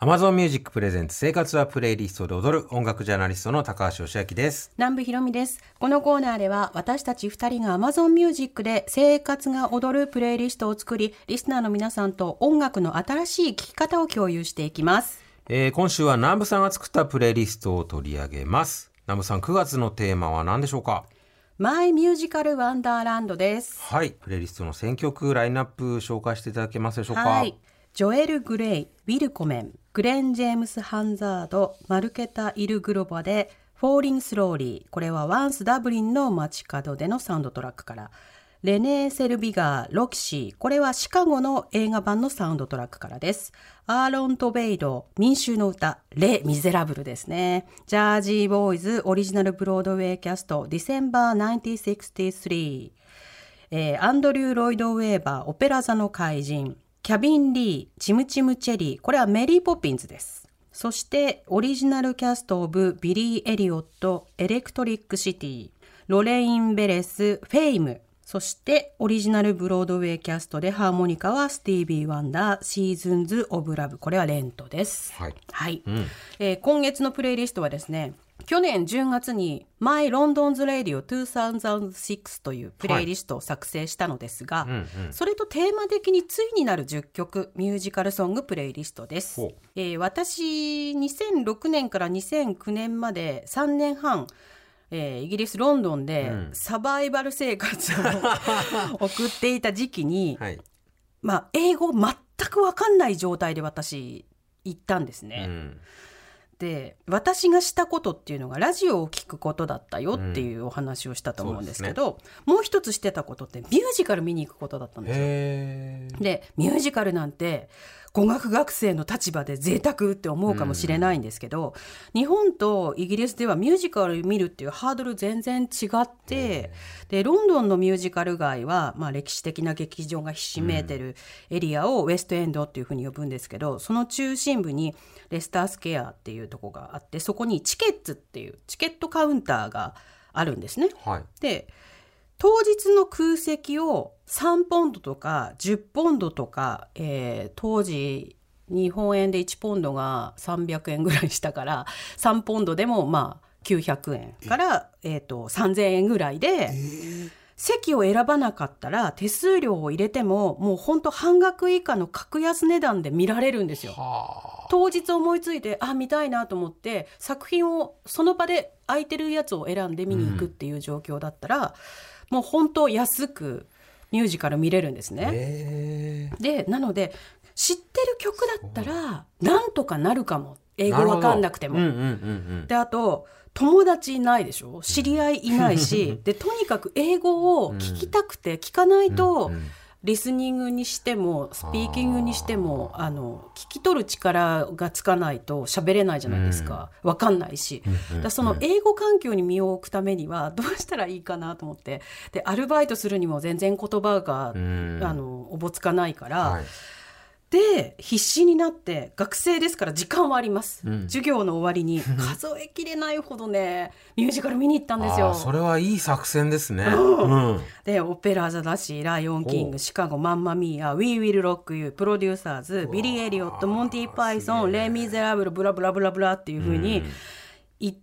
Amazon Music プレゼンツ生活はプレイリストで踊る音楽ジャーナリストの高橋義明です。 南部ひろみです。このコーナーでは私たち2人が Amazon Music で生活が踊るプレイリストを作り、リスナーの皆さんと音楽の新しい聴き方を共有していきます。 今週は南部さんが作ったプレイリストを取り上げます。南部さん、9月のテーマは何でしょうか？ マイミュージカルワンダーランドです。 はい、プレイリストの選曲ラインナップ紹介していただけますでしょうか？ はい、ジョエル・グレイ、ウィルコメン、グレン・ジェームス・ハンザード、マルケタ・イル・グロバでフォーリング・スローリー、これはワンス・ダブリンの街角でのサウンドトラックから、レネー・セルビガー、ロキシー、これはシカゴの映画版のサウンドトラックからです。アーロン・トベイド、民衆の歌、レ・ミゼラブルですね。ジャージー・ボーイズ、オリジナルブロードウェイキャスト、ディセンバー1963、アンドリュー・ロイド・ウェーバー、オペラ座の怪人、キャビン・リー、チムチム・チェリー、これはメリー・ポピンズです。そしてオリジナルキャストオブビリー・エリオット、エレクトリック・シティ、ロレイン・ベレス、フェイム、そしてオリジナルブロードウェイキャストでハーモニカはスティービー・ワンダー、シーズンズ・オブ・ラブ、これはレントです。 はい、 はい今月のプレイリストはですね、去年10月に My London's Radio 2006というプレイリストを作成したのですが、それとテーマ的に対になる10曲ミュージカルソングプレイリストです。私2006年から2009年まで3年半イギリスロンドンでサバイバル生活を送っていた時期に、はい、英語全く分かんない状態で私行ったんですね。で、私がしたことっていうのがラジオを聞くことだったよっていうお話をしたと思うんですけど、もう一つしてたことってミュージカル見に行くことだったんですよ。で、ミュージカルなんて語学学生の立場で贅沢って思うかもしれないんですけど、日本とイギリスではミュージカル見るっていうハードル全然違って、でロンドンのミュージカル街は、歴史的な劇場がひしめいてるエリアをウェストエンドっていうふうに呼ぶんですけど、その中心部にレスタースケアっていうとこがあって、そこにチケッツっていうチケットカウンターがあるんですね。で、当日の空席を3ポンドとか10ポンドとか、当時日本円で1ポンドが300円ぐらいしたから、3ポンドでも900円から、3000円ぐらいで、席を選ばなかったら手数料を入れてももうほんと半額以下の格安値段で見られるんですよ。当日思いついて見たいなと思って作品をその場で空いてるやつを選んで見に行くっていう状況だったら、もう本当安くミュージカル見れるんですね。で、なので知ってる曲だったらなんとかなるかも、英語わかんなくても。で、あと友達いないでしょ、知り合いいないし、でとにかく英語を聞きたくて聞かないと、リスニングにしてもスピーキングにしても聞き取る力がつかないと喋れないじゃないですか。分かんないし、その英語環境に身を置くためにはどうしたらいいかなと思って、でアルバイトするにも全然言葉がおぼつかないから、で必死になって、学生ですから時間はあります、授業の終わりに数えきれないほどねミュージカル見に行ったんですよ。 それはいい作戦ですね。 でオペラ座だし、ライオンキング、シカゴ、マンマミーア、 We Will Rock You、 プロデューサーズ、ビリー・エリオット、モンティ・パイソン、レ・ミゼラブル、ブラブラブラブラっていう風に行って、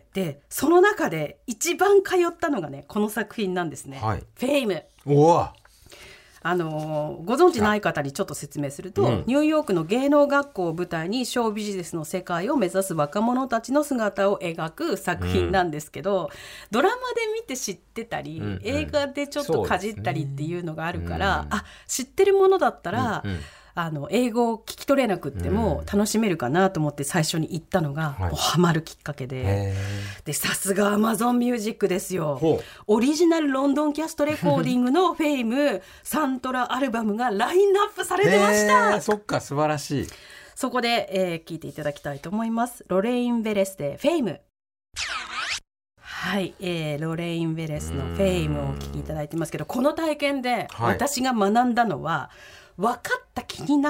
でその中で一番通ったのがねこの作品なんですね、フェイム。ご存知ない方にちょっと説明すると、ニューヨークの芸能学校を舞台にショービジネスの世界を目指す若者たちの姿を描く作品なんですけど、ドラマで見て知ってたり、映画でちょっとかじったりっていうのがあるから、知ってるものだったら、英語を聞き取れなくっても楽しめるかなと思って最初に行ったのが、もうハマるきっかけで、さすが Amazon Music ですよ。オリジナルロンドンキャストレコーディングのフェイムサントラアルバムがラインナップされてました。 そっか、素晴らしい。 そこで、聴いていただきたいと思います。ロレイン・ベレスでフェイム。はい、ロレイン・ベレスのフェイムをお聴きいただいてますけど、この体験で私が学んだのは、分かった気になるっ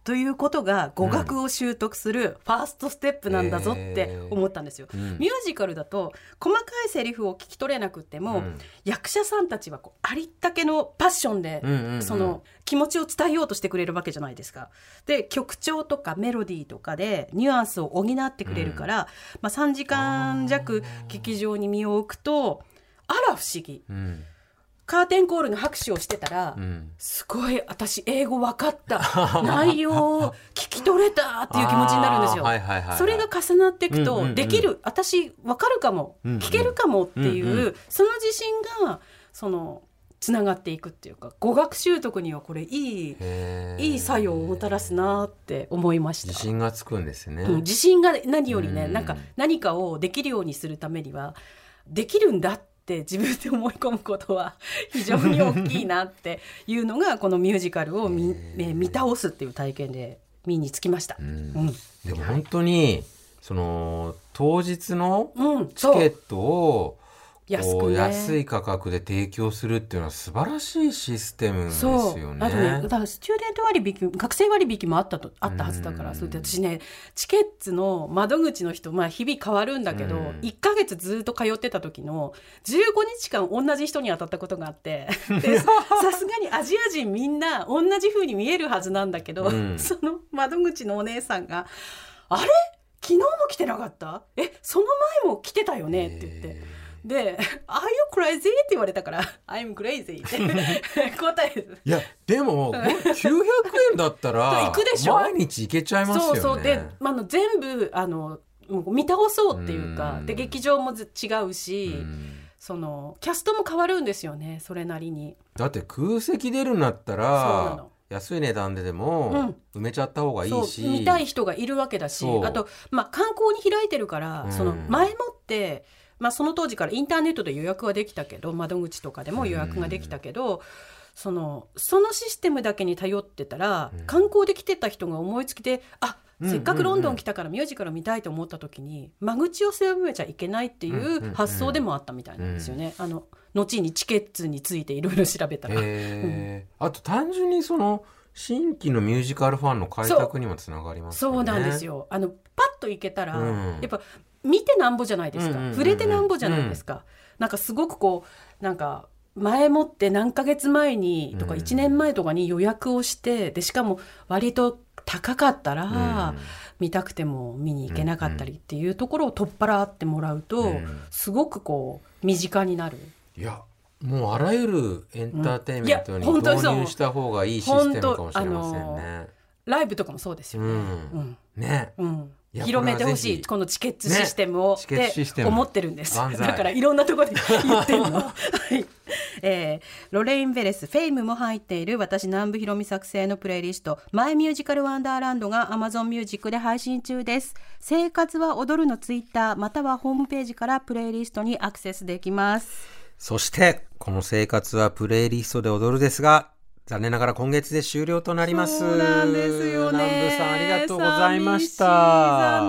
ということが語学を習得するファーストステップなんだぞって思ったんですよ、ミュージカルだと細かいセリフを聞き取れなくても、役者さんたちはこうありったけのパッションで、その気持ちを伝えようとしてくれるわけじゃないですか。で曲調とかメロディーとかでニュアンスを補ってくれるから、3時間弱劇場に身を置くとあら不思議、カーテンコールの拍手をしてたら、すごい私英語分かった内容を聞き取れたっていう気持ちになるんですよ。それが重なっていくと、できる、私分かるかも、聞けるかもっていう、その自信がそのつながっていくっていうか、語学習得にはこれいい作用をもたらすなって思いました。 自信がつくんですね、 自信が何よりね、何かをできるようにするためにはできるんだって自分で思い込むことは非常に大きいなっていうのがこのミュージカルを見倒すっていう体験で身につきました。 でも本当にその当日のチケットを安い価格で提供するっていうのは素晴らしいシステムですよね。 あとね、だからスチューデント割引、学生割引もあったはずだから、それで私ね、チケットの窓口の人、日々変わるんだけど、1ヶ月ずっと通ってた時の15日間同じ人に当たったことがあってでさすがにアジア人みんな同じ風に見えるはずなんだけど、その窓口のお姉さんがあれ昨日も来てなかった？その前も来てたよねって言ってで、Are you crazy? って言われたから I'm crazy って答える。 いやでも900円だったら行くでしょ、 毎日行けちゃいますよね。 そうで、全部見倒そうっていうか、で劇場も違うし、そのキャストも変わるんですよね、それなりに。だって空席出るんだったら安い値段でも埋めちゃった方がいいし、 見たい人がいるわけだし、あと、観光に開いてるから、その前もってその当時からインターネットで予約はできたけど、窓口とかでも予約ができたけど、そのシステムだけに頼ってたら、観光で来てた人が思いつきで、せっかくロンドン来たからミュージカル見たいと思った時に間口を狭めちゃいけないっていう発想でもあったみたいなんですよね。後にチケットについていろいろ調べたら、 あと単純にその新規のミュージカルファンの開拓にもつながりますよね。 そうなんですよ。パッと行けたら、やっぱ見てなんぼじゃないですか、触れてなんぼじゃないですか、なんかすごくこうなんか前もって何ヶ月前にとか1年前とかに予約をして、でしかも割と高かったら、見たくても見に行けなかったりっていうところを取っ払ってもらうと、すごくこう身近になる。 いやもうあらゆるエンターテインメントに導入した方がいいシステムかもしれませんね。 ライブとかもそうですよね。広めてほしいこのチケットシステムを、って思ってるんです。だからいろんなところで言ってるのロレイン・ベレス、フェイムも入っている私南部ひろみ作成のプレイリストマイミュージカルワンダーランドが Amazon ミュージックで配信中です。生活は踊るのツイッターまたはホームページからプレイリストにアクセスできます。 そしてこの生活はプレイリストで踊るですが、残念ながら今月で終了となります。 そうなんですよね。 南部さんありがとうございました。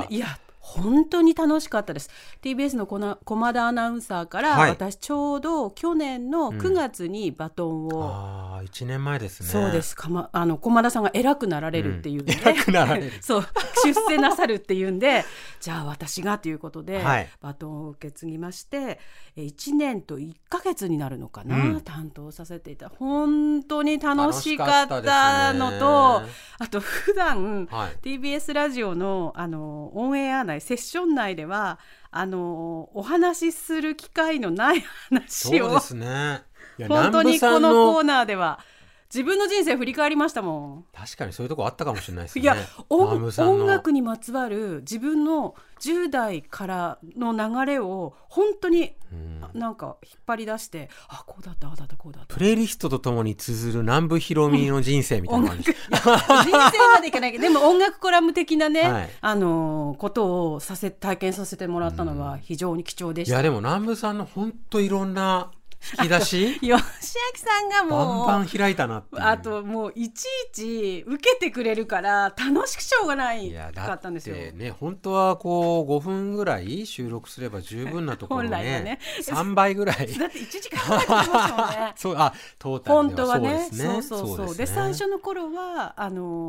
いや本当に楽しかったです。 TBS の駒田アナウンサーから、私ちょうど去年の9月にバトンを、 1年前ですね。 そうです。駒田さんが偉くなられるっていうんで、 偉くなられるそう出世なさるっていうんでじゃあ私がということで、バトンを受け継ぎまして1年と1ヶ月になるのかな、担当させていた。本当に楽しかったのと、あと普段、TBS ラジオのオンエア内セッション内ではお話しする機会のない話を、 そうですね、 本当にこのコーナーでは自分の人生振り返りましたもん。 確かにそういうとこあったかもしれないですね。 いや音楽にまつわる自分の10代からの流れを本当になんか引っ張り出して、こうだったああだったこうだった、 プレイリストとともに綴る南部ひろみの人生みたいな感じ、 人生までいかないけどでも音楽コラム的なね、ことを体験させてもらったのが非常に貴重でした。 いやでも南部さんの本当いろんな引き出し吉明さんがもうバンバン開いたなっていう。あともういちいち受けてくれるから楽しくしょうがないかったんですよ。 いやだってね、本当はこう5分ぐらい収録すれば十分なところね3倍ぐらいだって1時間ぐらいかかりますもんねそうトータルではそうですね。 そうで最初の頃は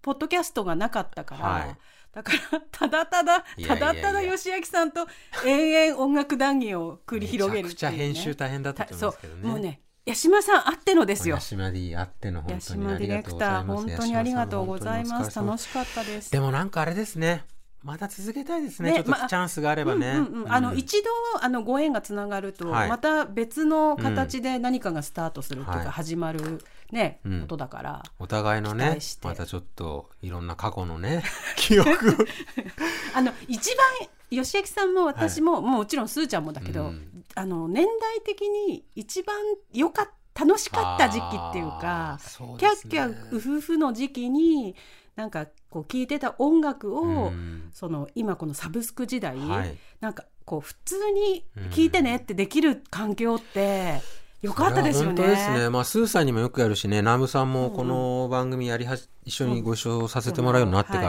ポッドキャストがなかったから、だからただただ吉明さんと延々音楽談義を繰り広げるっていう、ね、 めちゃくちゃ編集大変だったと思いますけどね。 もうね、八島さんあってのですよ。 八島 D あっての本当にありがとうございます。 八島ディレクター本当にありがとうございます。楽しかったです。 でもなんかあれですね、また続けたいですね、ちょっとチャンスがあればね、 一度ご縁がつながると、また別の形で何かがスタートするっていうか、始まるね、ことだから、 お互いのね、またちょっといろんな過去のね記憶一番吉明さんも私も、もちろんすーちゃんもだけど、年代的に一番楽しかった時期っていうか、キャッキャウフフの時期になんかこう聴いてた音楽を、その今このサブスク時代、なんかこう普通に聴いてねってできる環境ってよかったですよね。 本当ですね。スーさんにもよくやるしね、南部さんもこの番組一緒にご一緒させてもらうようになってから、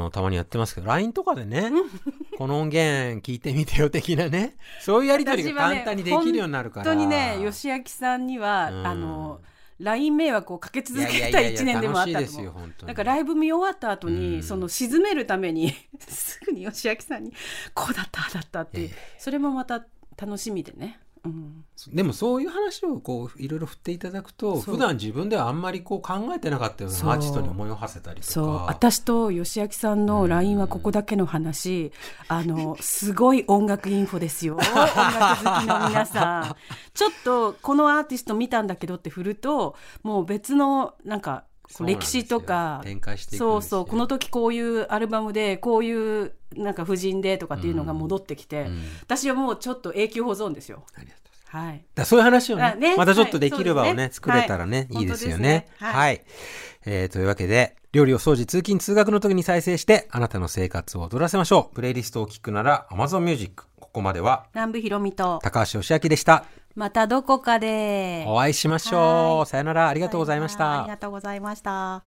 たまにやってますけど、 LINE とかでねこの音源聞いてみてよ的なね、そういうやり取りが簡単にできるようになるから、 本当にね、吉明さんには、LINE 迷惑をかけ続けた1年でもあったと思う。だからライブ見終わった後に、その沈めるためにすぐに吉明さんにこうだっただったって、それもまた楽しみでね。 でもそういう話をこういろいろ振っていただくと、普段自分ではあんまりこう考えてなかったようなアーティストに思いを馳せたりとか。 私と吉明さんの LINE はここだけの話、すごい音楽インフォですよ。音楽好きの皆さんちょっとこのアーティスト見たんだけどって振ると、もう別のなんか歴史とか展開していくんですよ。 この時こういうアルバムでこういうなんか夫人でとかっていうのが戻ってきて、私はもうちょっと永久保存ですよ。 ありがとうございます。だそういう話をね、またちょっとできる場をね、作れたらね、いいですよね。はい。というわけで、料理を掃除、通勤、通学の時に再生して、あなたの生活を踊らせましょう。プレイリストを聞くなら Amazon Music。ここまでは南部ひろみと高橋義明でした。 またどこかでお会いしましょう。さよなら。ありがとうございました。 ありがとうございました。